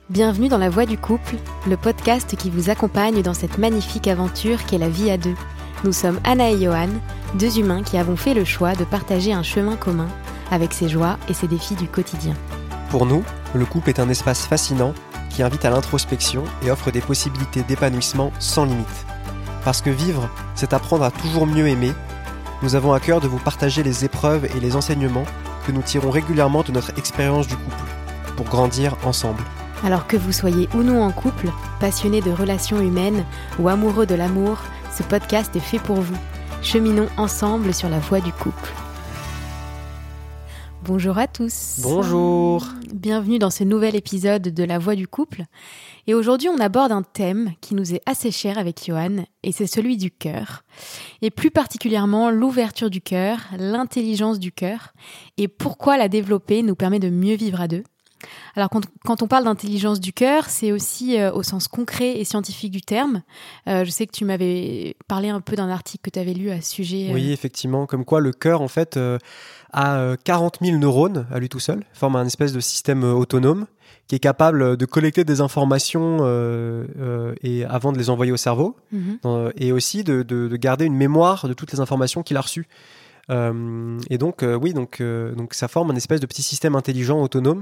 Bienvenue dans La Voix du couple, le podcast qui vous accompagne dans cette magnifique aventure qu'est la vie à deux. Nous sommes Anna et Johan, deux humains qui avons fait le choix de partager un chemin commun avec ses joies et ses défis du quotidien. Pour nous, le couple est un espace fascinant qui invite à l'introspection et offre des possibilités d'épanouissement sans limite. Parce que vivre, c'est apprendre à toujours mieux aimer, nous avons à cœur de vous partager les épreuves et les enseignements que nous tirons régulièrement de notre expérience du couple, pour grandir ensemble. Alors que vous soyez ou non en couple, passionné de relations humaines ou amoureux de l'amour, ce podcast est fait pour vous. Cheminons ensemble sur la voie du couple. Bonjour à tous. Bonjour. Bienvenue dans ce nouvel épisode de La Voix du couple. Et aujourd'hui, on aborde un thème qui nous est assez cher avec Johan, et c'est celui du cœur. Et plus particulièrement l'ouverture du cœur, l'intelligence du cœur, et pourquoi la développer nous permet de mieux vivre à deux. Alors quand on parle d'intelligence du cœur, c'est aussi au sens concret et scientifique du terme. Je sais que tu m'avais parlé un peu d'un article que tu avais lu à ce sujet. Oui, effectivement, comme quoi le cœur en fait a 40 000 neurones à lui tout seul, forme un espèce de système autonome qui est capable de collecter des informations et avant de les envoyer au cerveau, et aussi de garder une mémoire de toutes les informations qu'il a reçues. Et donc ça forme un espèce de petit système intelligent autonome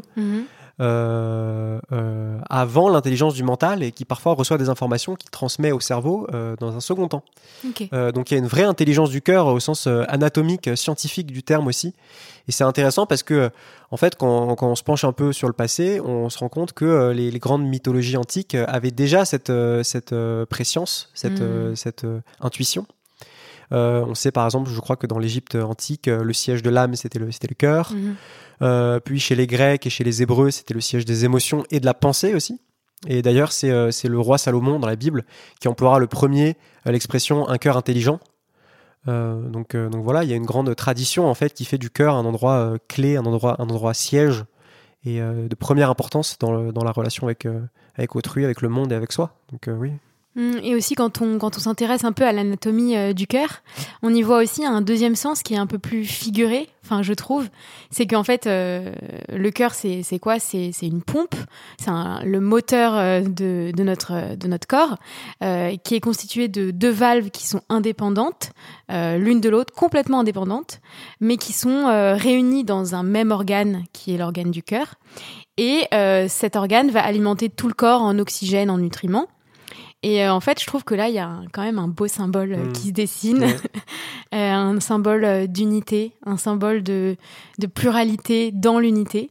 avant l'intelligence du mental et qui parfois reçoit des informations qu'il transmet au cerveau dans un second temps. Okay. Donc il y a une vraie intelligence du cœur au sens anatomique, scientifique du terme aussi. Et c'est intéressant parce que en fait quand on se penche un peu sur le passé, on se rend compte que les grandes mythologies antiques avaient déjà cette préscience, cette intuition. On sait par exemple, je crois que dans l'Égypte antique, le siège de l'âme, c'était le cœur. Puis chez les Grecs et chez les Hébreux, c'était le siège des émotions et de la pensée aussi. Et d'ailleurs, c'est le roi Salomon dans la Bible qui emploiera le premier l'expression « un cœur intelligent ». Donc voilà, il y a une grande tradition en fait qui fait du cœur un endroit clé, un endroit siège et de première importance dans la relation avec autrui, avec le monde et avec soi. Donc oui. Et aussi quand on s'intéresse un peu à l'anatomie du cœur, on y voit aussi un deuxième sens qui est un peu plus figuré, enfin je trouve, c'est qu'en fait le cœur c'est quoi ? C'est une pompe, c'est le moteur de notre corps qui est constitué de deux valves qui sont indépendantes, l'une de l'autre, complètement indépendantes, mais qui sont réunies dans un même organe qui est l'organe du cœur. Et cet organe va alimenter tout le corps en oxygène, en nutriments. Et en fait, je trouve que là, il y a quand même un beau symbole qui se dessine, un symbole d'unité, un symbole de pluralité dans l'unité.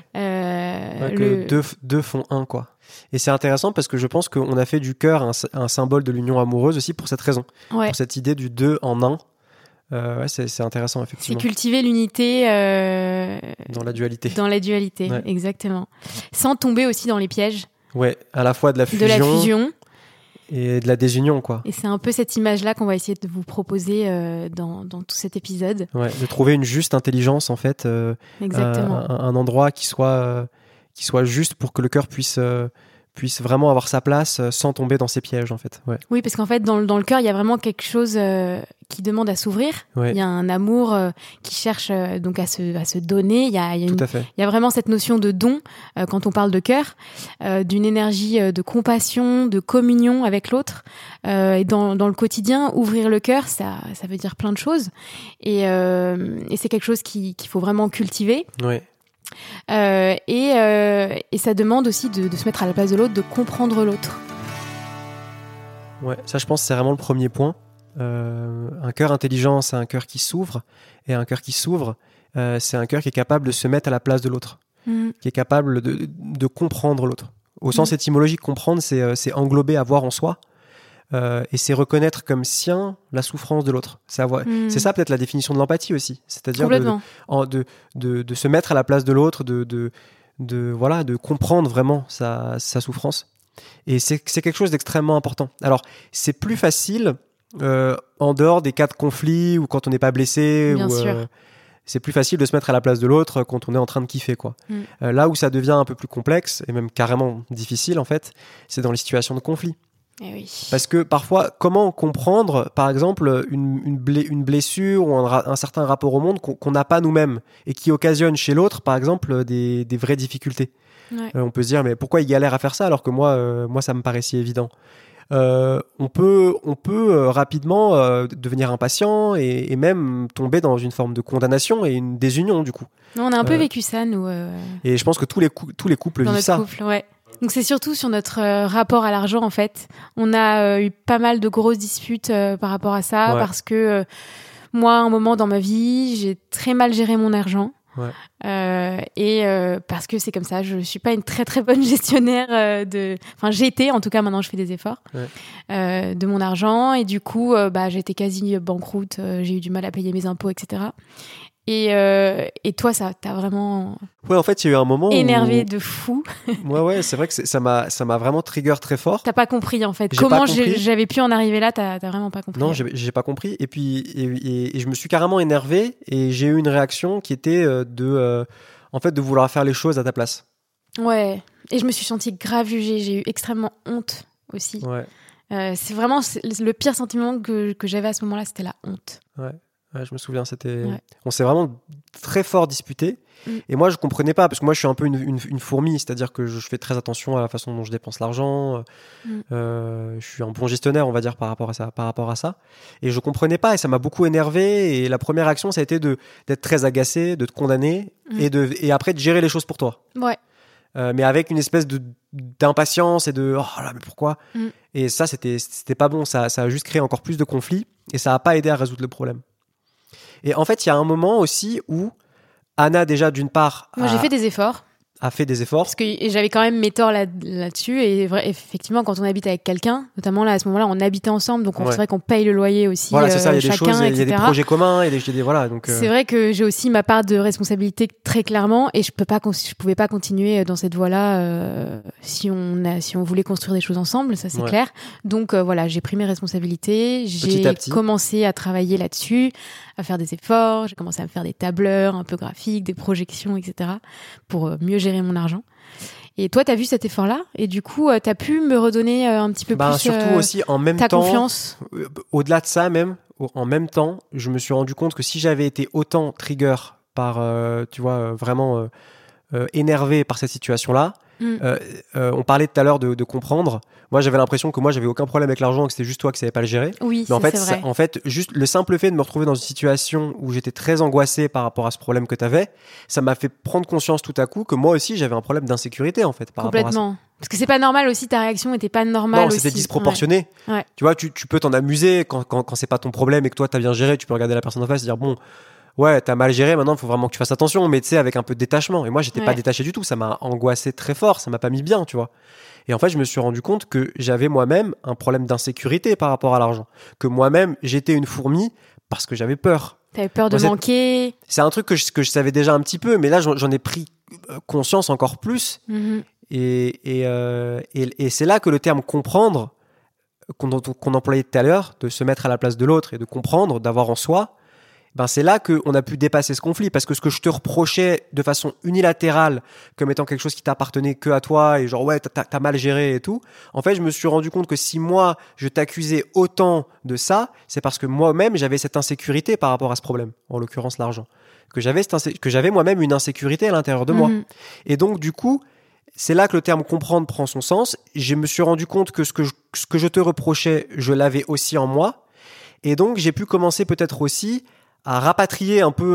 Que deux font un, quoi. Et c'est intéressant parce que je pense qu'on a fait du cœur un symbole de l'union amoureuse aussi pour cette raison, pour cette idée du deux en un. C'est intéressant, effectivement. C'est cultiver l'unité dans la dualité. Dans la dualité, exactement. Sans tomber aussi dans les pièges. Ouais, à la fois de la fusion. Et de la désunion, quoi. Et c'est un peu cette image-là qu'on va essayer de vous proposer dans tout cet épisode. Ouais, de trouver une juste intelligence, en fait. Exactement. Un endroit qui soit juste pour que le cœur puisse vraiment avoir sa place sans tomber dans ses pièges, en fait. Ouais. Oui, parce qu'en fait, dans le cœur, il y a vraiment quelque chose qui demande à s'ouvrir. Ouais. Il y a un amour qui cherche donc à se donner. Il y a vraiment cette notion de don quand on parle de cœur, d'une énergie de compassion, de communion avec l'autre. Et dans le quotidien, ouvrir le cœur, ça veut dire plein de choses. Et c'est quelque chose qu'il faut vraiment cultiver. Ouais. Et ça demande aussi de se mettre à la place de l'autre, de comprendre l'autre. Ouais, ça je pense que c'est vraiment le premier point. Un cœur intelligent, c'est un cœur qui s'ouvre, et un cœur qui s'ouvre, c'est un cœur qui est capable de se mettre à la place de l'autre, qui est capable de comprendre l'autre. Au sens étymologique, comprendre, c'est englober, avoir en soi. Et c'est reconnaître comme sien la souffrance de l'autre. C'est ça peut-être la définition de l'empathie aussi. C'est-à-dire de se mettre à la place de l'autre, de comprendre vraiment sa souffrance. Et c'est quelque chose d'extrêmement important. Alors, c'est plus facile en dehors des cas de conflit ou quand on n'est pas blessé. Bien sûr. C'est plus facile de se mettre à la place de l'autre quand on est en train de kiffer, quoi. Là où ça devient un peu plus complexe, et même carrément difficile, en fait, c'est dans les situations de conflit. Eh oui. Parce que parfois, comment comprendre, par exemple, une blessure ou un certain rapport au monde qu'on n'a pas nous-mêmes et qui occasionne chez l'autre, par exemple, des vraies difficultés. On peut se dire, mais pourquoi il galère à faire ça alors que moi ça me paraît si évident. On peut rapidement devenir impatient et même tomber dans une forme de condamnation et une désunion du coup. Non, on a un peu vécu ça, nous. Et je pense que tous les couples vivent ça. Couple, ouais. Donc c'est surtout sur notre rapport à l'argent en fait. On a eu pas mal de grosses disputes par rapport à ça parce que moi, à un moment dans ma vie, j'ai très mal géré mon argent. Et parce que c'est comme ça, je suis pas une très très bonne gestionnaire enfin j'ai été, en tout cas maintenant je fais des efforts de mon argent et du coup j'étais quasi banqueroute, j'ai eu du mal à payer mes impôts, etc. Et toi, ça t'a vraiment en fait, il y a eu un moment énervé de fou. C'est vrai que ça m'a vraiment trigger très fort. T'as pas compris en fait. Comment j'avais pu en arriver là, t'as vraiment pas compris. Non, j'ai pas compris. Et puis et je me suis carrément énervé et j'ai eu une réaction qui était de vouloir faire les choses à ta place. Ouais. Et je me suis sentie grave jugée. J'ai eu extrêmement honte aussi. C'est vraiment le pire sentiment que j'avais à ce moment-là, c'était la honte. Ouais, je me souviens, on s'est vraiment très fort disputé. Et moi, je comprenais pas, parce que moi, je suis un peu une fourmi, c'est-à-dire que je fais très attention à la façon dont je dépense l'argent. Je suis un bon gestionnaire, on va dire, par rapport à ça. Et je comprenais pas, et ça m'a beaucoup énervé. Et la première action, ça a été d'être très agacé, de te condamner, et après de gérer les choses pour toi. Ouais. Mais avec une espèce d'impatience et de oh là, mais pourquoi Et ça, c'était pas bon. Ça a juste créé encore plus de conflits, et ça a pas aidé à résoudre le problème. Et en fait, il y a un moment aussi où Anna, déjà, d'une part... Moi, j'ai fait des efforts. A fait des efforts. Parce que j'avais quand même mes torts là-dessus. Et effectivement, quand on habite avec quelqu'un, notamment là, à ce moment-là, on habitait ensemble. Donc, c'est vrai qu'on paye le loyer aussi. Voilà, c'est ça. Il y a chacun, des choses, il y a des projets communs. Voilà, donc, C'est vrai que j'ai aussi ma part de responsabilité très clairement. Et je pouvais pas continuer dans cette voie-là si on voulait construire des choses ensemble. Ça, c'est clair. Donc, j'ai pris mes responsabilités. J'ai commencé à travailler là-dessus, à faire des efforts. J'ai commencé à me faire des tableurs un peu graphiques, des projections, etc. pour mieux gérer mon argent. Et toi, t'as vu cet effort-là et du coup, t'as pu me redonner un petit peu plus surtout aussi en même ta temps, confiance. Au-delà de ça même, en même temps, je me suis rendu compte que si j'avais été autant trigger par, vraiment énervé par cette situation-là, on parlait tout à l'heure de comprendre. Moi, j'avais l'impression que moi, j'avais aucun problème avec l'argent, que c'était juste toi qui savais pas le gérer. Oui, mais en fait, juste le simple fait de me retrouver dans une situation où j'étais très angoissé par rapport à ce problème que t'avais, ça m'a fait prendre conscience tout à coup que moi aussi, j'avais un problème d'insécurité en fait par rapport à ça. Parce que c'est pas normal aussi, ta réaction était pas normale. Non, c'était disproportionné. Ouais. Tu vois, tu peux t'en amuser quand c'est pas ton problème et que toi t'as bien géré, tu peux regarder la personne en face et dire bon. Ouais, t'as mal géré, maintenant il faut vraiment que tu fasses attention, mais tu sais, avec un peu de détachement. Et moi, j'étais pas détaché du tout, ça m'a angoissé très fort, ça m'a pas mis bien, tu vois. Et en fait, je me suis rendu compte que j'avais moi-même un problème d'insécurité par rapport à l'argent. Que moi-même, j'étais une fourmi parce que j'avais peur. T'avais peur de manquer. C'est un truc que je savais déjà un petit peu, mais là, j'en ai pris conscience encore plus. Et c'est là que le terme comprendre, qu'on employait tout à l'heure, de se mettre à la place de l'autre et de comprendre, d'avoir en soi, c'est là qu'on a pu dépasser ce conflit, parce que ce que je te reprochais de façon unilatérale comme étant quelque chose qui t'appartenait que à toi et genre ouais t'as mal géré et tout, en fait je me suis rendu compte que si moi je t'accusais autant de ça, c'est parce que moi-même j'avais cette insécurité par rapport à ce problème, en l'occurrence l'argent, que j'avais moi-même une insécurité à l'intérieur de moi. Et donc du coup c'est là que le terme comprendre prend son sens. Je me suis rendu compte que ce que je te reprochais, je l'avais aussi en moi, et donc j'ai pu commencer peut-être aussi à rapatrier un peu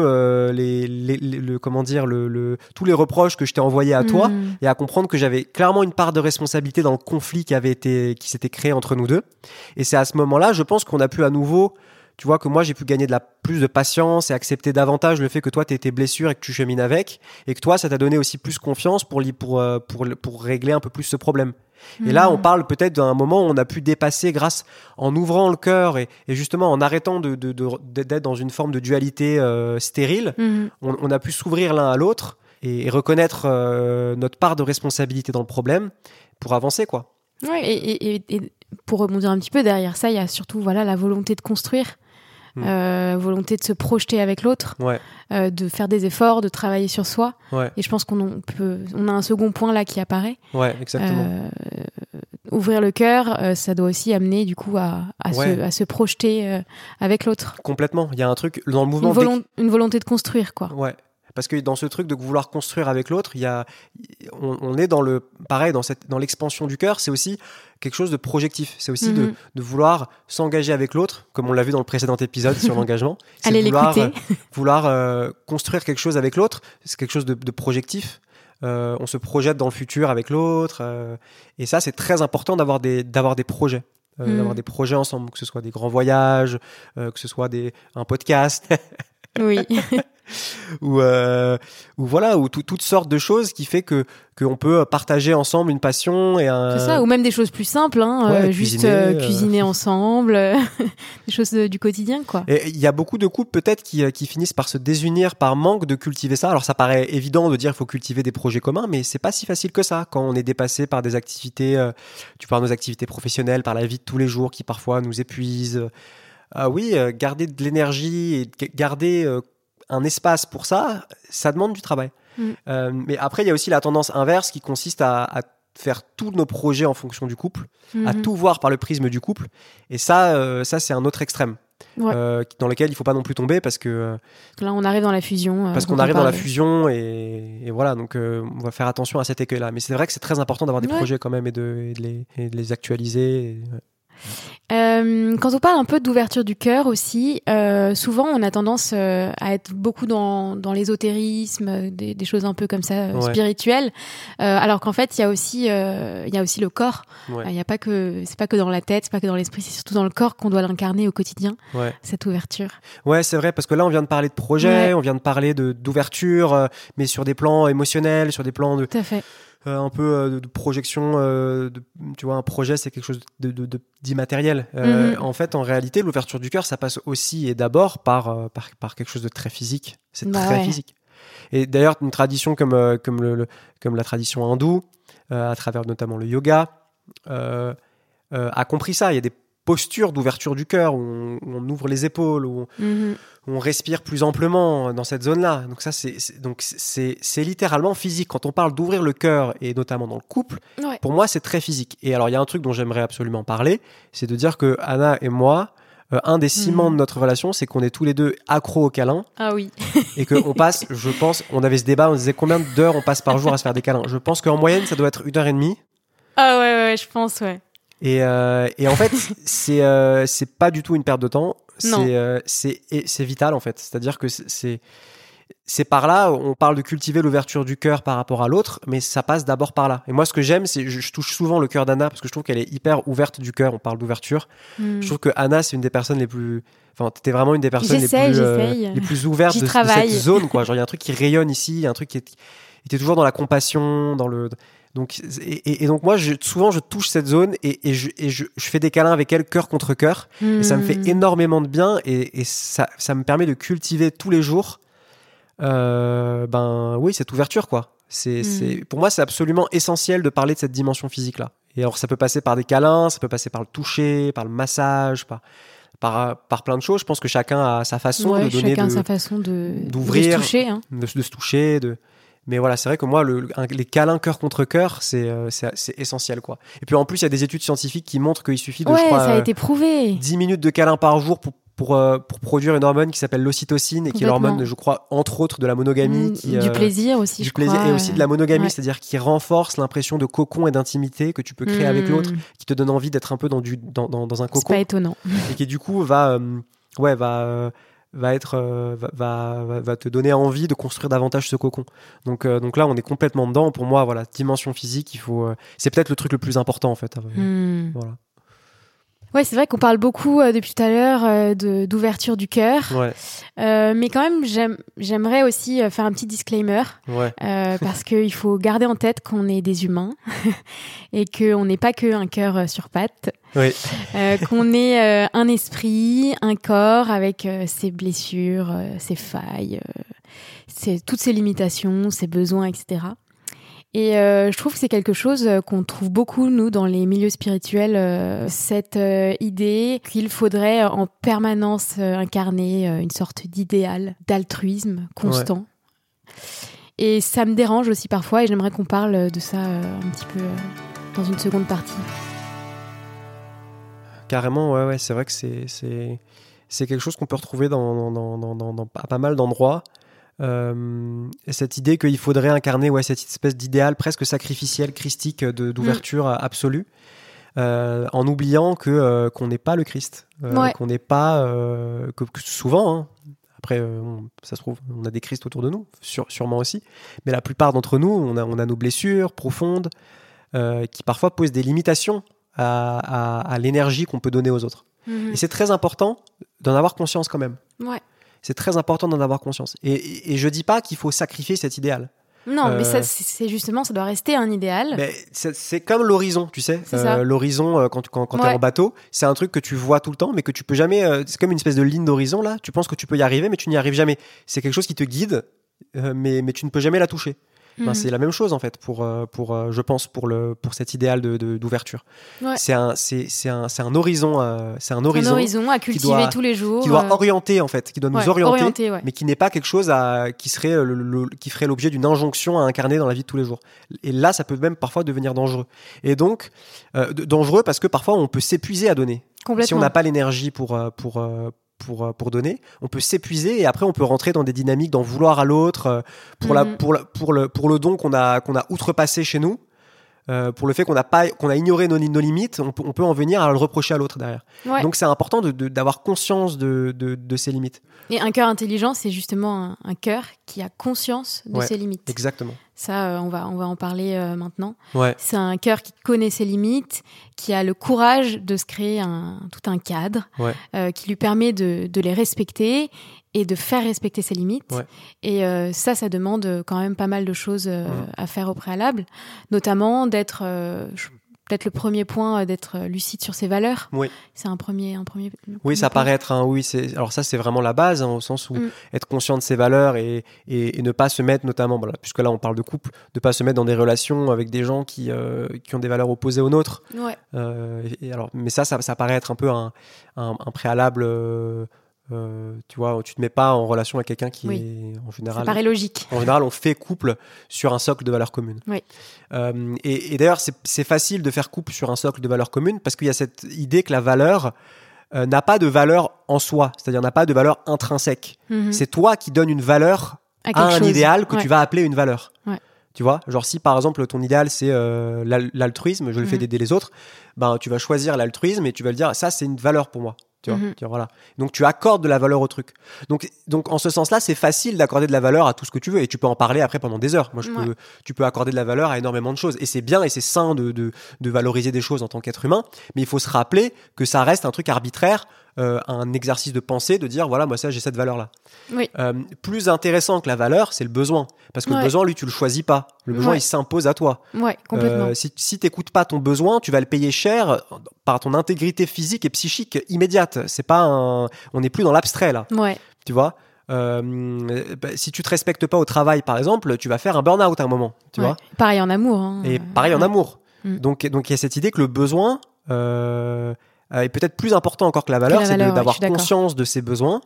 tous les reproches que je t'ai envoyés à toi, et à comprendre que j'avais clairement une part de responsabilité dans le conflit qui s'était créé entre nous deux. Et c'est à ce moment-là, je pense qu'on a pu à nouveau, tu vois, que moi j'ai pu gagner plus de patience et accepter davantage le fait que toi t'aies tes blessures et que tu chemines avec, et que toi ça t'a donné aussi plus confiance pour régler un peu plus ce problème. Et là, on parle peut-être d'un moment où on a pu dépasser en ouvrant le cœur et justement en arrêtant d'être dans une forme de dualité stérile, on a pu s'ouvrir l'un à l'autre et reconnaître notre part de responsabilité dans le problème pour avancer, quoi. Ouais, et pour rebondir un petit peu derrière ça, il y a surtout la volonté de construire. Volonté de se projeter avec l'autre, de faire des efforts, de travailler sur soi. Et je pense qu'on a un second point là qui apparaît. Ouais, exactement. Ouvrir le cœur, ça doit aussi amener du coup à se projeter avec l'autre. Complètement. Il y a un truc dans le mouvement. Une volonté de construire, quoi. Ouais. parce que dans ce truc de vouloir construire avec l'autre, on est pareil, dans l'expansion du cœur, c'est aussi quelque chose de projectif. C'est aussi de vouloir s'engager avec l'autre, comme on l'a vu dans le précédent épisode sur l'engagement. C'est Allez l'écouter. Vouloir construire quelque chose avec l'autre, c'est quelque chose de projectif. On se projette dans le futur avec l'autre. Et ça, c'est très important d'avoir des projets. D'avoir des projets ensemble, que ce soit des grands voyages, que ce soit un podcast. Oui. ou voilà, ou toutes sortes de choses qui fait qu'on peut partager ensemble une passion et c'est ça, ou même des choses plus simples, juste cuisiner ensemble, des choses du quotidien, quoi. Et il y a beaucoup de couples peut-être qui finissent par se désunir par manque de cultiver ça. Alors ça paraît évident de dire qu'il faut cultiver des projets communs, mais c'est pas si facile que ça quand on est dépassé par des activités, par nos activités professionnelles, par la vie de tous les jours qui parfois nous épuisent. Oui, garder de l'énergie et garder un espace pour ça demande du travail. Mais après, il y a aussi la tendance inverse qui consiste à faire tous nos projets en fonction du couple, à tout voir par le prisme du couple. Et ça c'est un autre extrême. Dans lequel il ne faut pas non plus tomber parce que là on arrive dans la fusion parce qu'on arrive dans la fusion et voilà, donc on va faire attention à cet écueil là, mais c'est vrai que c'est très important d'avoir des projets quand même et de les actualiser Quand on parle un peu d'ouverture du cœur aussi, souvent on a tendance à être beaucoup dans l'ésotérisme, des choses un peu comme ça spirituelles, alors qu'en fait il y a aussi le corps. Il y a pas que c'est pas que dans la tête, c'est pas que dans l'esprit, c'est surtout dans le corps qu'on doit l'incarner au quotidien. Cette ouverture. Ouais, c'est vrai, parce que là on vient de parler de projet, on vient de parler d'ouverture, mais sur des plans émotionnels, sur des plans de. Tout à fait. Un peu de projection, tu vois, un projet c'est quelque chose d'immatériel. En fait, en réalité, l'ouverture du cœur, ça passe aussi et d'abord par quelque chose de très physique. C'est très physique. Et d'ailleurs, une tradition comme la tradition hindoue, à travers notamment le yoga, a compris ça. Il y a des postures d'ouverture du cœur où on ouvre les épaules, où on respire plus amplement dans cette zone-là. Donc ça, c'est littéralement physique. Quand on parle d'ouvrir le cœur, et notamment dans le couple, pour moi, c'est très physique. Et alors, il y a un truc dont j'aimerais absolument parler, c'est de dire que Anna et moi, un des ciments de notre relation, c'est qu'on est tous les deux accros au câlin. Ah oui. Et qu'on passe, je pense, on avait ce débat, on disait combien d'heures on passe par jour à se faire des câlins. Je pense qu'en moyenne, ça doit être 1h30. Ah ouais, je pense, ouais. Et en fait, c'est pas du tout une perte de temps. C'est vital en fait. C'est-à-dire que c'est par là, on parle de cultiver l'ouverture du cœur par rapport à l'autre, mais ça passe d'abord par là. Et moi, ce que j'aime, c'est je touche souvent le cœur d'Anna parce que je trouve qu'elle est hyper ouverte du cœur. On parle d'ouverture. Je trouve que Anna, c'est une des personnes les plus. Enfin, t'es vraiment une des personnes les plus ouvertes de cette zone, quoi. Genre, il y a un truc qui rayonne ici, il y a un truc qui était toujours dans la compassion, dans le. Donc, et donc moi, souvent, je touche cette zone et je fais des câlins avec elle, cœur contre cœur. Et ça me fait énormément de bien et ça me permet de cultiver tous les jours cette ouverture, quoi. Pour moi, c'est absolument essentiel de parler de cette dimension physique-là. Et alors, ça peut passer par des câlins, ça peut passer par le toucher, par le massage, par plein de choses. Je pense que chacun a sa façon de donner, sa façon d'ouvrir, de se toucher, hein. de se toucher, Mais voilà, c'est vrai que moi, les câlins cœur contre cœur, c'est essentiel, quoi. Et puis en plus, il y a des études scientifiques qui montrent qu'il suffit de, ça a été prouvé. 10 minutes de câlins par jour pour produire une hormone qui s'appelle l'ocytocine et qui est l'hormone, je crois, entre autres, de la monogamie. Du plaisir aussi, je crois. Et aussi de la monogamie, c'est-à-dire qui renforce l'impression de cocon et d'intimité que tu peux créer avec l'autre, qui te donne envie d'être un peu dans un cocon. C'est pas étonnant. Et qui, du coup, va te donner envie de construire davantage ce cocon. Donc là, on est complètement dedans. Pour moi, voilà, dimension physique, c'est peut-être le truc le plus important en fait. Voilà. Ouais, c'est vrai qu'on parle beaucoup depuis tout à l'heure d'ouverture du cœur. Mais quand même, j'aimerais aussi faire un petit disclaimer. Parce qu'il faut garder en tête qu'on est des humains et qu'on n'est pas qu'un cœur sur pattes. Qu'on est un esprit, un corps avec ses blessures, ses failles, toutes ses limitations, ses besoins, etc. Et je trouve que c'est quelque chose qu'on trouve beaucoup, nous, dans les milieux spirituels, cette idée qu'il faudrait en permanence incarner une sorte d'idéal, d'altruisme constant. Et ça me dérange aussi parfois, et j'aimerais qu'on parle de ça un petit peu dans une seconde partie. Carrément, ouais, c'est vrai que c'est quelque chose qu'on peut retrouver à pas mal d'endroits. cette idée qu'il faudrait incarner cette espèce d'idéal presque sacrificiel, christique, d'ouverture absolue, en oubliant qu'on n'est pas le Christ, qu'on n'est pas que souvent. Hein, après, ça se trouve, on a des Christ autour de nous, sûrement aussi, mais la plupart d'entre nous, on a nos blessures profondes qui parfois posent des limitations à l'énergie qu'on peut donner aux autres. Et c'est très important d'en avoir conscience quand même. Ouais. C'est très important d'en avoir conscience. Et je dis pas qu'il faut sacrifier cet idéal. Non, mais ça, c'est justement, ça doit rester un idéal. Mais c'est comme l'horizon, tu sais. C'est l'horizon, quand t'es en bateau, c'est un truc que tu vois tout le temps, mais que tu peux jamais. C'est comme une espèce de ligne d'horizon, là. Tu penses que tu peux y arriver, mais tu n'y arrives jamais. C'est quelque chose qui te guide, mais tu ne peux jamais la toucher. C'est la même chose en fait je pense pour cet idéal d'ouverture. Ouais. C'est un horizon à cultiver tous les jours, qui doit orienter en fait, qui doit nous orienter, mais qui n'est pas quelque chose qui ferait l'objet d'une injonction à incarner dans la vie de tous les jours. Et là, ça peut même parfois devenir dangereux. Et donc dangereux parce que parfois on peut s'épuiser à donner. Si on n'a pas l'énergie pour donner, on peut s'épuiser et après on peut rentrer dans des dynamiques d'en vouloir à l'autre pour le don qu'on a outrepassé chez nous, pour le fait qu'on a ignoré nos limites, on peut en venir à le reprocher à l'autre derrière. Ouais. Donc c'est important d'avoir conscience de ses limites. Et un cœur intelligent, c'est justement un cœur qui a conscience de ses limites. Exactement. Ça, on va en parler maintenant. Ouais. C'est un cœur qui connaît ses limites, qui a le courage de se créer tout un cadre qui lui permet de les respecter et de faire respecter ses limites. Ouais. Et ça demande quand même pas mal de choses à faire au préalable, notamment d'être... peut-être le premier point, d'être lucide sur ses valeurs. Oui. C'est un premier oui, ça paraît être alors ça, c'est vraiment la base, hein, au sens où être conscient de ses valeurs et ne pas se mettre, notamment, puisque là, on parle de couple, de pas se mettre dans des relations avec des gens qui ont des valeurs opposées aux nôtres. Ouais. Mais ça paraît être un peu un préalable... tu vois, tu te mets pas en relation avec quelqu'un qui est en général. Ça paraît logique. En général, on fait couple sur un socle de valeurs communes. Oui. Et d'ailleurs, c'est facile de faire couple sur un socle de valeurs communes parce qu'il y a cette idée que la valeur n'a pas de valeur en soi, c'est-à-dire n'a pas de valeur intrinsèque. Mm-hmm. C'est toi qui donnes une valeur à un idéal que tu vas appeler une valeur. Ouais. Tu vois, genre si par exemple ton idéal c'est l'altruisme, je le fais d'aider les autres, tu vas choisir l'altruisme et tu vas le dire ça c'est une valeur pour moi. Tu vois, voilà. Donc tu accordes de la valeur au truc. Donc en ce sens-là, c'est facile d'accorder de la valeur à tout ce que tu veux et tu peux en parler après pendant des heures. Moi, tu peux accorder de la valeur à énormément de choses et c'est bien et c'est sain de valoriser des choses en tant qu'être humain. Mais il faut se rappeler que ça reste un truc arbitraire, un exercice de pensée, de dire voilà, moi ça j'ai cette valeur-là. Oui. Plus intéressant que la valeur, c'est le besoin, parce que le besoin, lui, tu le choisis pas. Le besoin, il s'impose à toi. Ouais, complètement. Si t'écoutes pas ton besoin, tu vas le payer cher par ton intégrité physique et psychique immédiate. C'est pas on n'est plus dans l'abstrait là. Ouais. Tu vois. Si tu te respectes pas au travail, par exemple, tu vas faire un burn-out à un moment. Tu vois. Pareil en amour. Hein. Et pareil en amour. Donc il y a cette idée que le besoin est peut-être plus important encore que la valeur, c'est d'avoir conscience de ses besoins.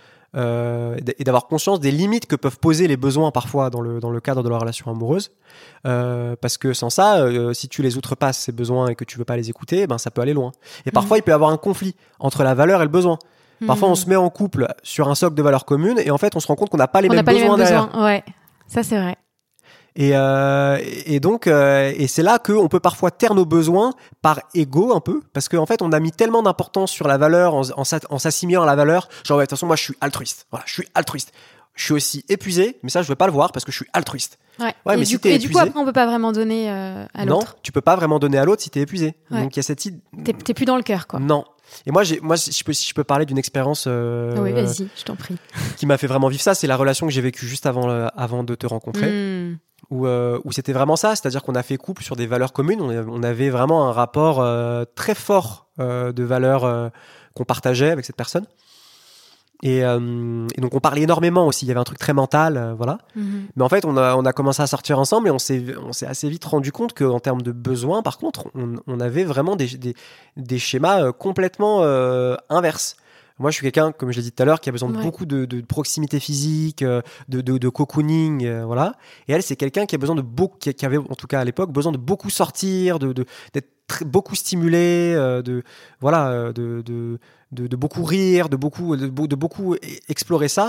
Et d'avoir conscience des limites que peuvent poser les besoins parfois dans le cadre de la relation amoureuse, parce que sans ça, si tu les outrepasses ces besoins et que tu veux pas les écouter, ça peut aller loin. Et parfois il peut y avoir un conflit entre la valeur et le besoin. Parfois on se met en couple sur un socle de valeurs communes et en fait on se rend compte qu'on n'a pas les mêmes besoins derrière. Ouais, ça c'est vrai. Et donc c'est là qu'on peut parfois taire nos besoins par ego un peu, parce qu'en fait on a mis tellement d'importance sur la valeur en s'assimilant à la valeur, genre de toute façon moi je suis altruiste, voilà, je suis altruiste, je suis aussi épuisé, mais ça je veux pas le voir parce que je suis altruiste. Ouais mais si t'es épuisé, du coup après on peut pas vraiment donner à l'autre. Non, tu peux pas vraiment donner à l'autre si t'es épuisé. Ouais. Donc il y a cette idée. T'es plus dans le cœur quoi. Non. Et moi si je peux parler d'une expérience oui, vas-y, je t'en prie. Qui m'a fait vraiment vivre ça, c'est la relation que j'ai vécue juste avant de te rencontrer. Où c'était vraiment ça, c'est-à-dire qu'on a fait couple sur des valeurs communes, on avait vraiment un rapport très fort de valeurs qu'on partageait avec cette personne. Et donc on parlait énormément aussi, il y avait un truc très mental, voilà. Mais en fait on a commencé à sortir ensemble et on s'est assez vite rendu compte qu'en termes de besoins, par contre, on avait vraiment des schémas complètement inverses. Moi, je suis quelqu'un, comme je l'ai dit tout à l'heure, qui a besoin de beaucoup de proximité physique, de cocooning, voilà. Et elle, c'est quelqu'un qui a besoin de beaucoup, qui avait, en tout cas à l'époque, besoin de beaucoup sortir, d'être beaucoup stimulé, de beaucoup rire, de beaucoup explorer ça.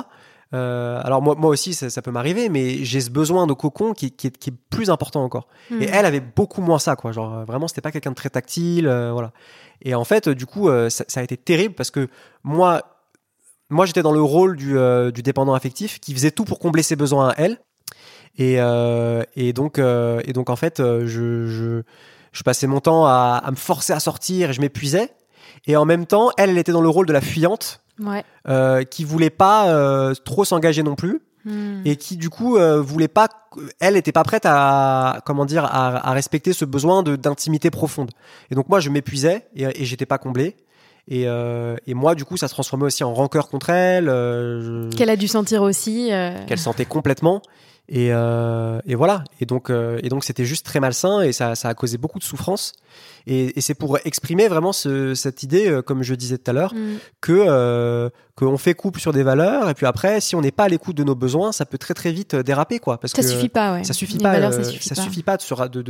Alors moi aussi ça peut m'arriver, mais j'ai ce besoin de cocon qui est plus important encore. Et elle avait beaucoup moins ça, quoi. Genre vraiment c'était pas quelqu'un de très tactile, voilà. Et en fait du coup ça a été terrible parce que moi j'étais dans le rôle du dépendant affectif qui faisait tout pour combler ses besoins à elle. Et donc en fait je passais mon temps à me forcer à sortir et je m'épuisais. Et en même temps elle était dans le rôle de la fuyante. Ouais. Qui voulait pas trop s'engager non plus et qui du coup voulait pas, elle était pas prête à respecter ce besoin d'intimité profonde. Et donc moi je m'épuisais et j'étais pas comblé et moi du coup ça se transformait aussi en rancœur contre elle, qu'elle a dû sentir aussi, qu'elle sentait complètement. Et voilà. Et donc c'était juste très malsain et ça a causé beaucoup de souffrance. Et c'est pour exprimer vraiment cette idée, comme je disais tout à l'heure, qu'on fait couple sur des valeurs et puis après, si on n'est pas à l'écoute de nos besoins, ça peut très très vite déraper, quoi. Parce ça suffit pas, ouais. Ça suffit les pas. Valeurs, ça suffit pas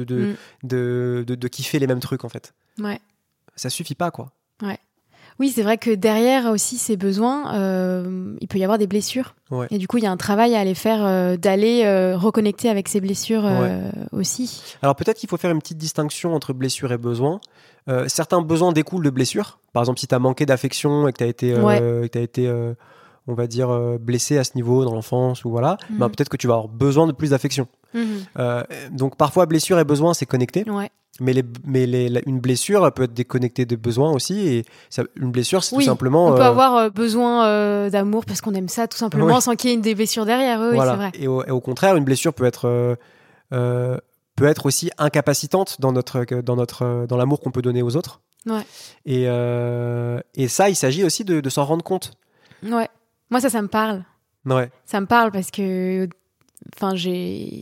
de kiffer les mêmes trucs, en fait. Ouais. Ça suffit pas, quoi. Ouais. Oui, c'est vrai que derrière aussi ces besoins, il peut y avoir des blessures. Ouais. Et du coup, il y a un travail à aller faire, d'aller reconnecter avec ces blessures aussi. Alors peut-être qu'il faut faire une petite distinction entre blessures et besoins. Certains besoins découlent de blessures. Par exemple, si tu as manqué d'affection et que tu as été on va dire, blessé à ce niveau dans l'enfance, ou voilà, ben, peut-être que tu vas avoir besoin de plus d'affection. Donc parfois, blessure et besoin, c'est connecté. Ouais. Mais une blessure peut être déconnectée de besoins aussi. Et une blessure, c'est tout simplement... On peut avoir besoin d'amour parce qu'on aime ça, tout simplement, sans qu'il y ait des blessures derrière. Oui, voilà. C'est vrai. Et au contraire, une blessure peut être aussi incapacitante dans l'amour qu'on peut donner aux autres. Ouais. Et ça, il s'agit aussi de s'en rendre compte. Ouais. Moi, ça me parle. Ouais. Ça me parle parce que... Enfin, j'ai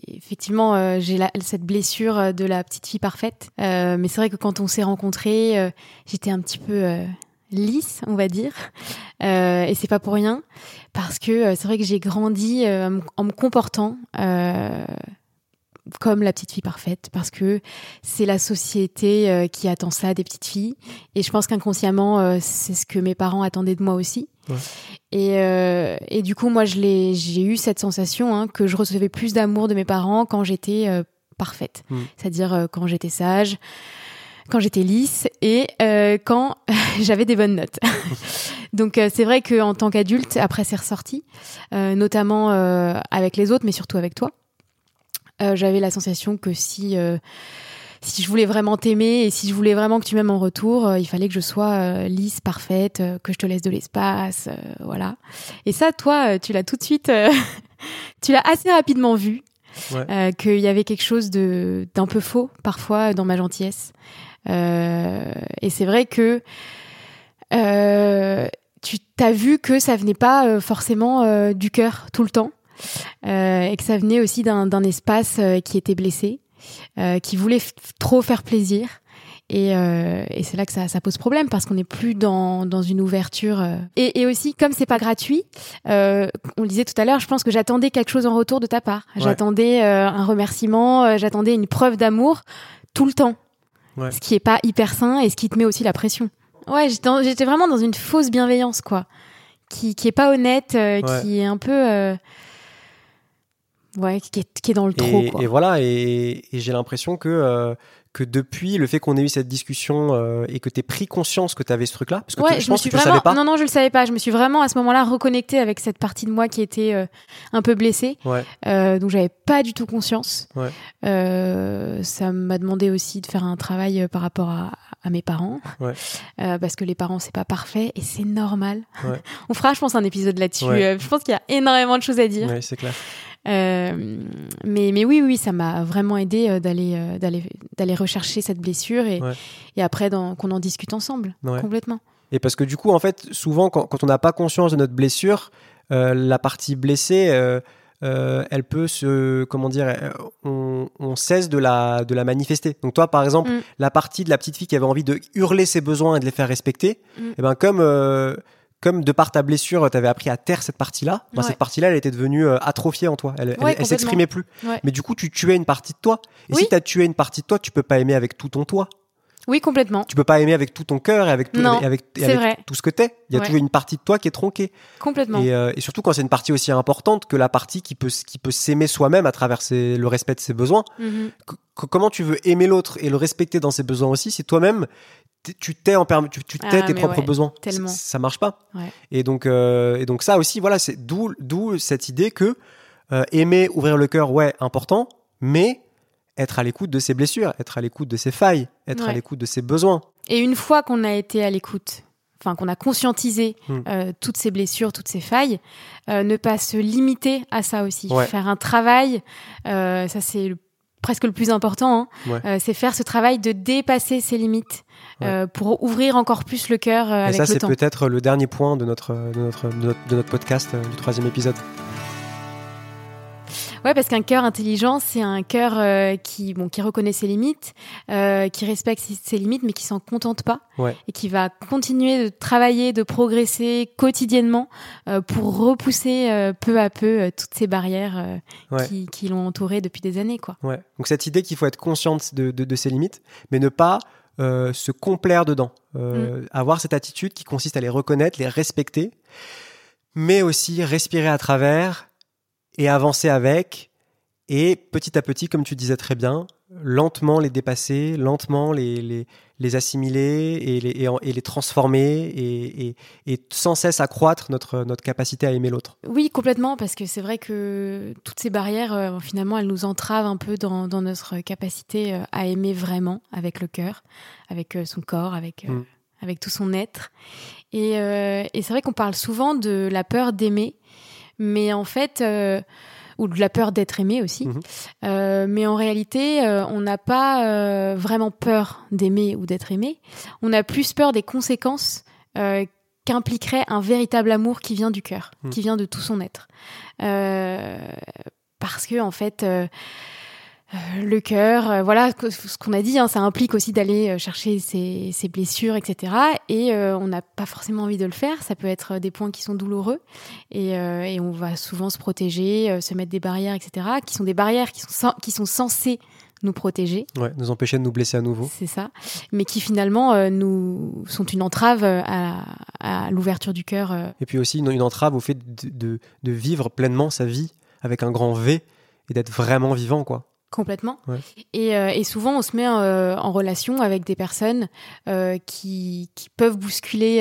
cette blessure de la petite fille parfaite. Mais c'est vrai que quand on s'est rencontrés, j'étais un petit peu lisse, on va dire. Et c'est pas pour rien. Parce que c'est vrai que j'ai grandi en me comportant comme la petite fille parfaite, parce que c'est la société qui attend ça des petites filles. Et je pense qu'inconsciemment, c'est ce que mes parents attendaient de moi aussi. Ouais. Et du coup, moi, j'ai eu cette sensation que je recevais plus d'amour de mes parents quand j'étais parfaite. C'est-à-dire quand j'étais sage, quand j'étais lisse et quand j'avais des bonnes notes. Donc, c'est vrai qu'en tant qu'adulte, après, c'est ressorti, notamment avec les autres, mais surtout avec toi. J'avais la sensation que si je voulais vraiment t'aimer et si je voulais vraiment que tu m'aimes en retour, il fallait que je sois lisse, parfaite, que je te laisse de l'espace, voilà. Et ça, toi, tu l'as tout de suite, tu l'as assez rapidement vu, qu'il y avait quelque chose d'un peu faux parfois dans ma gentillesse. Et c'est vrai que tu t'as vu que ça venait pas forcément du cœur tout le temps. Et que ça venait aussi d'un espace qui était blessé, qui voulait trop faire plaisir. Et c'est là que ça pose problème, parce qu'on n'est plus dans une ouverture. Et aussi, comme c'est pas gratuit, on le disait tout à l'heure, je pense que j'attendais quelque chose en retour de ta part. Ouais. J'attendais un remerciement, j'attendais une preuve d'amour tout le temps. Ouais. Ce qui est pas hyper sain et ce qui te met aussi la pression. Ouais, j'étais vraiment dans une fausse bienveillance, quoi. Qui est pas honnête, qui est un peu... qui est dans le trop, quoi. Et voilà, et j'ai l'impression que depuis le fait qu'on ait eu cette discussion et que t'aies pris conscience que t'avais ce truc-là, parce que je pense que tu le savais pas. Non, je le savais pas. Je me suis vraiment à ce moment-là reconnectée avec cette partie de moi qui était un peu blessée. Ouais. Donc j'avais pas du tout conscience. Ouais. Ça m'a demandé aussi de faire un travail par rapport à mes parents, parce que les parents c'est pas parfait et c'est normal. Ouais. On fera, je pense, un épisode là-dessus. Ouais. Je pense qu'il y a énormément de choses à dire. Ouais, c'est clair. Mais oui, ça m'a vraiment aidé d'aller rechercher cette blessure et après qu'on en discute ensemble, complètement. Et parce que du coup, en fait, souvent, quand on n'a pas conscience de notre blessure, la partie blessée, elle peut on cesse de la manifester. Donc toi, par exemple, la partie de la petite fille qui avait envie de hurler ses besoins et de les faire respecter, et ben comme de par ta blessure, tu avais appris à taire cette partie-là, cette partie-là, elle était devenue atrophiée en toi. Elle s'exprimait plus. Ouais. Mais du coup, tu tuais une partie de toi. Et si tu as tué une partie de toi, tu peux pas aimer avec tout ton toi. Oui, complètement. Tu peux pas aimer avec tout ton cœur et avec tout, Non, avec vrai. tout ce que t'es. Il y a Ouais. toujours une partie de toi qui est tronquée. Complètement. Et surtout quand c'est une partie aussi importante que la partie qui peut s'aimer soi-même à travers le respect de ses besoins. Mhm. Comment tu veux aimer l'autre et le respecter dans ses besoins aussi si toi-même tu tais tu tais tes propres besoins. Tellement. Ça marche pas. Ouais. Et donc ça aussi, voilà, c'est d'où cette idée que aimer, ouvrir le cœur, ouais, important, mais être à l'écoute de ses blessures, être à l'écoute de ses failles, être à l'écoute de ses besoins. Et une fois qu'on a été à l'écoute, enfin qu'on a conscientisé toutes ces blessures, toutes ces failles, ne pas se limiter à ça aussi. Ouais. Faire un travail, ça c'est presque le plus important, c'est faire ce travail de dépasser ses limites pour ouvrir encore plus le cœur avec le temps. Et ça, c'est peut-être le dernier point de notre podcast du 3e épisode. Ouais, parce qu'un cœur intelligent, c'est un cœur qui reconnaît ses limites, qui respecte ses limites, mais qui s'en contente pas, et qui va continuer de travailler, de progresser quotidiennement pour repousser peu à peu toutes ces barrières qui l'ont entouré depuis des années, quoi. Ouais. Donc cette idée qu'il faut être consciente de ses limites, mais ne pas se complaire dedans. Avoir cette attitude qui consiste à les reconnaître, les respecter, mais aussi respirer à travers et avancer avec, et petit à petit, comme tu disais très bien, lentement les dépasser, lentement les assimiler et les transformer et sans cesse accroître notre capacité à aimer l'autre. Oui, complètement, parce que c'est vrai que toutes ces barrières, finalement, elles nous entravent un peu dans notre capacité à aimer vraiment avec le cœur, avec son corps, avec tout son être. Et c'est vrai qu'on parle souvent de la peur d'aimer, mais en fait, ou de la peur d'être aimé aussi, mais en réalité, on n'a pas vraiment peur d'aimer ou d'être aimé. On a plus peur des conséquences qu'impliquerait un véritable amour qui vient du cœur, qui vient de tout son être. Parce que, en fait, le cœur, voilà, ce qu'on a dit, ça implique aussi d'aller chercher ses blessures, etc. Et on n'a pas forcément envie de le faire. Ça peut être des points qui sont douloureux. Et on va souvent se protéger, se mettre des barrières, etc. Qui sont des barrières qui sont censées nous protéger. Ouais, nous empêcher de nous blesser à nouveau. C'est ça. Mais qui finalement nous sont une entrave à l'ouverture du cœur. Et puis aussi une entrave au fait de vivre pleinement sa vie avec un grand V et d'être vraiment vivant, quoi. Complètement. Ouais. Et souvent, on se met en relation avec des personnes qui peuvent bousculer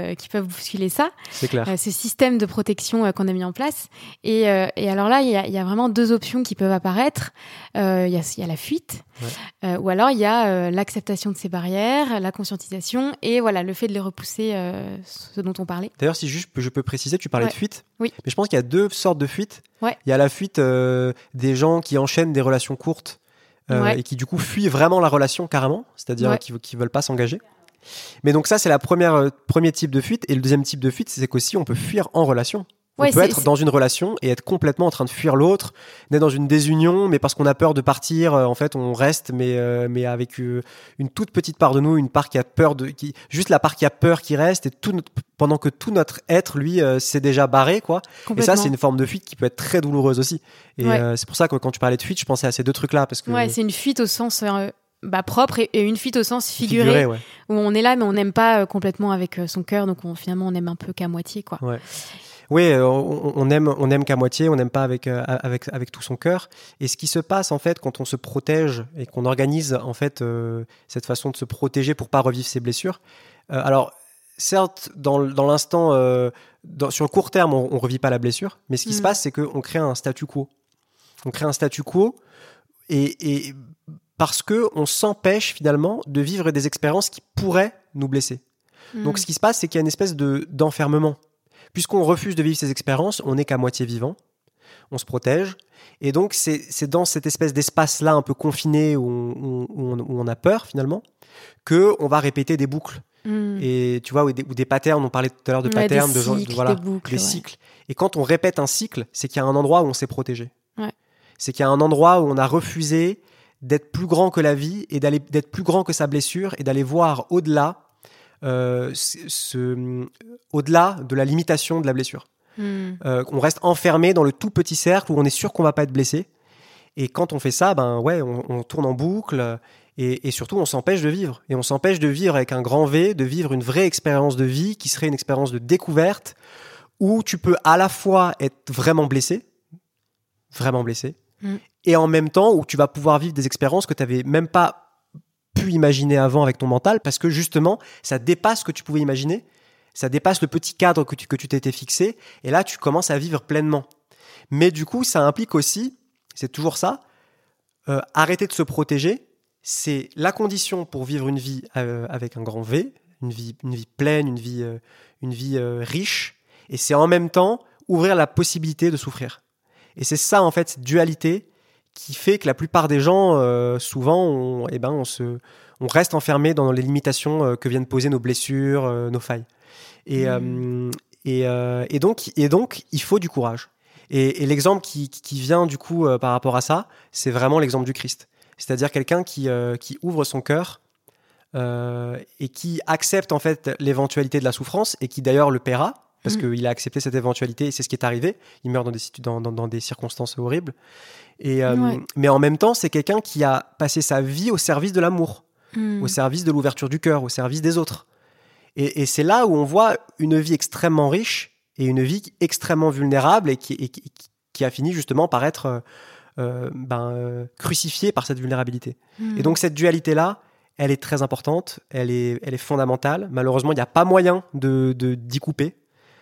ça. C'est clair. Ce système de protection qu'on a mis en place. Et alors là, il y a vraiment deux options qui peuvent apparaître. Il y a la fuite, ou alors il y a l'acceptation de ces barrières, la conscientisation, et voilà, le fait de les repousser, ce dont on parlait. D'ailleurs, si juste je peux préciser, tu parlais de fuite. Oui. Mais je pense qu'il y a deux sortes de fuites. Ouais. Il y a la fuite des gens qui enchaînent des relations courtes et qui du coup fuient vraiment la relation carrément, c'est-à-dire qui veulent pas s'engager. Mais donc ça, c'est premier type de fuite. Et le deuxième type de fuite, c'est qu'aussi on peut fuir en relation. On peut être dans une relation et être complètement en train de fuir l'autre, d'être dans une désunion, mais parce qu'on a peur de partir, en fait, on reste, mais avec une toute petite part de nous, une part qui a peur juste la part qui a peur qui reste, et pendant que tout notre être, lui, s'est déjà barré, quoi. Et ça, c'est une forme de fuite qui peut être très douloureuse aussi. Et c'est pour ça que quand tu parlais de fuite, je pensais à ces deux trucs-là, parce que. Ouais, c'est une fuite au sens propre et une fuite au sens figuré, où on est là, mais on n'aime pas complètement avec son cœur, donc finalement, on aime un peu qu'à moitié, quoi. Ouais. Oui, on aime qu'à moitié, on n'aime pas avec tout son cœur. Et ce qui se passe en fait quand on se protège et qu'on organise en fait cette façon de se protéger pour pas revivre ses blessures. Alors certes, dans l'instant, sur le court terme, on revit pas la blessure, mais ce qui se passe, c'est qu'on crée un statu quo. On crée un statu quo et parce que on s'empêche finalement de vivre des expériences qui pourraient nous blesser. Donc ce qui se passe, c'est qu'il y a une espèce d'enfermement. Puisqu'on refuse de vivre ces expériences, on n'est qu'à moitié vivant, on se protège, et donc c'est dans cette espèce d'espace-là un peu confiné où on a peur finalement, qu'on va répéter des boucles. Et tu vois, ou des patterns, on parlait tout à l'heure de patterns, des cycles, des cycles. Et quand on répète un cycle, c'est qu'il y a un endroit où on s'est protégé. Ouais. C'est qu'il y a un endroit où on a refusé d'être plus grand que la vie et d'être plus grand que sa blessure et d'aller voir au-delà. Au-delà de la limitation de la blessure. On reste enfermé dans le tout petit cercle où on est sûr qu'on va pas être blessé. Et quand on fait ça, on tourne en boucle Et surtout, on s'empêche de vivre. Et on s'empêche de vivre avec un grand V, de vivre une vraie expérience de vie qui serait une expérience de découverte où tu peux à la fois être vraiment blessé, et en même temps où tu vas pouvoir vivre des expériences que tu n'avais même pas pu imaginer avant avec ton mental, parce que justement, ça dépasse ce que tu pouvais imaginer, ça dépasse le petit cadre que tu t'étais fixé, et là, tu commences à vivre pleinement. Mais du coup, ça implique aussi, c'est toujours ça, arrêter de se protéger, c'est la condition pour vivre une vie avec un grand V, une vie pleine, une vie riche, et c'est en même temps ouvrir la possibilité de souffrir. Et c'est ça, en fait, cette dualité qui fait que la plupart des gens, souvent, on reste enfermé dans les limitations que viennent poser nos blessures, nos failles. Et donc, il faut du courage. Et l'exemple qui vient du coup par rapport à ça, c'est vraiment l'exemple du Christ. C'est-à-dire quelqu'un qui ouvre son cœur et qui accepte en fait l'éventualité de la souffrance et qui d'ailleurs le paiera parce qu'il a accepté cette éventualité et c'est ce qui est arrivé. Il meurt dans des circonstances horribles. Mais en même temps, c'est quelqu'un qui a passé sa vie au service de l'amour, au service de l'ouverture du cœur, au service des autres. Et c'est là où on voit une vie extrêmement riche et une vie extrêmement vulnérable et qui a fini justement par être crucifiée par cette vulnérabilité. Et donc cette dualité-là, elle est très importante, elle est fondamentale. Malheureusement, il n'y a pas moyen d'y couper.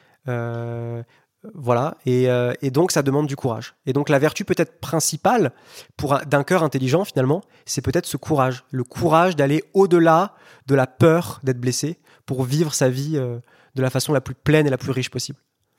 Voilà. Et donc ça demande du courage. Et donc la vertu peut-être principale d'un cœur intelligent finalement, c'est peut-être ce courage. Le courage d'aller au-delà de la peur d'être blessé pour vivre sa vie de la façon la plus pleine et la plus riche possible.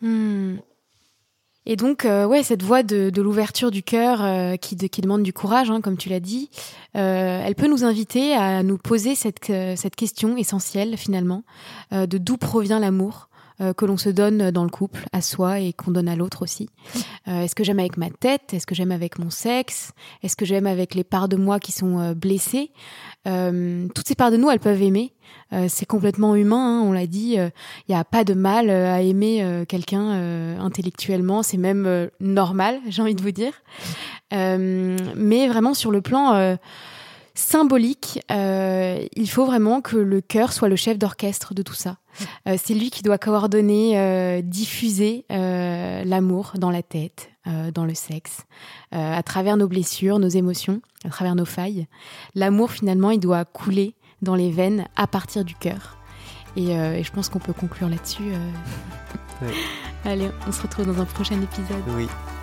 Et donc, cette voie de l'ouverture du cœur qui demande du courage, hein, comme tu l'as dit, elle peut nous inviter à nous poser cette question essentielle, finalement, de d'où provient l'amour que l'on se donne dans le couple, à soi et qu'on donne à l'autre aussi. Est-ce que j'aime avec ma tête ? Est-ce que j'aime avec mon sexe ? Est-ce que j'aime avec les parts de moi qui sont blessées ? Toutes ces parts de nous, elles peuvent aimer. C'est complètement humain, hein, on l'a dit. Il n'y a pas de mal à aimer quelqu'un intellectuellement. C'est même normal, j'ai envie de vous dire. Mais vraiment sur le plan symbolique, il faut vraiment que le cœur soit le chef d'orchestre de tout ça. C'est lui qui doit coordonner, diffuser l'amour dans la tête, dans le sexe, à travers nos blessures, nos émotions, à travers nos failles. L'amour, finalement, il doit couler dans les veines à partir du cœur. Et je pense qu'on peut conclure là-dessus. Oui. Allez, on se retrouve dans un prochain épisode. Oui.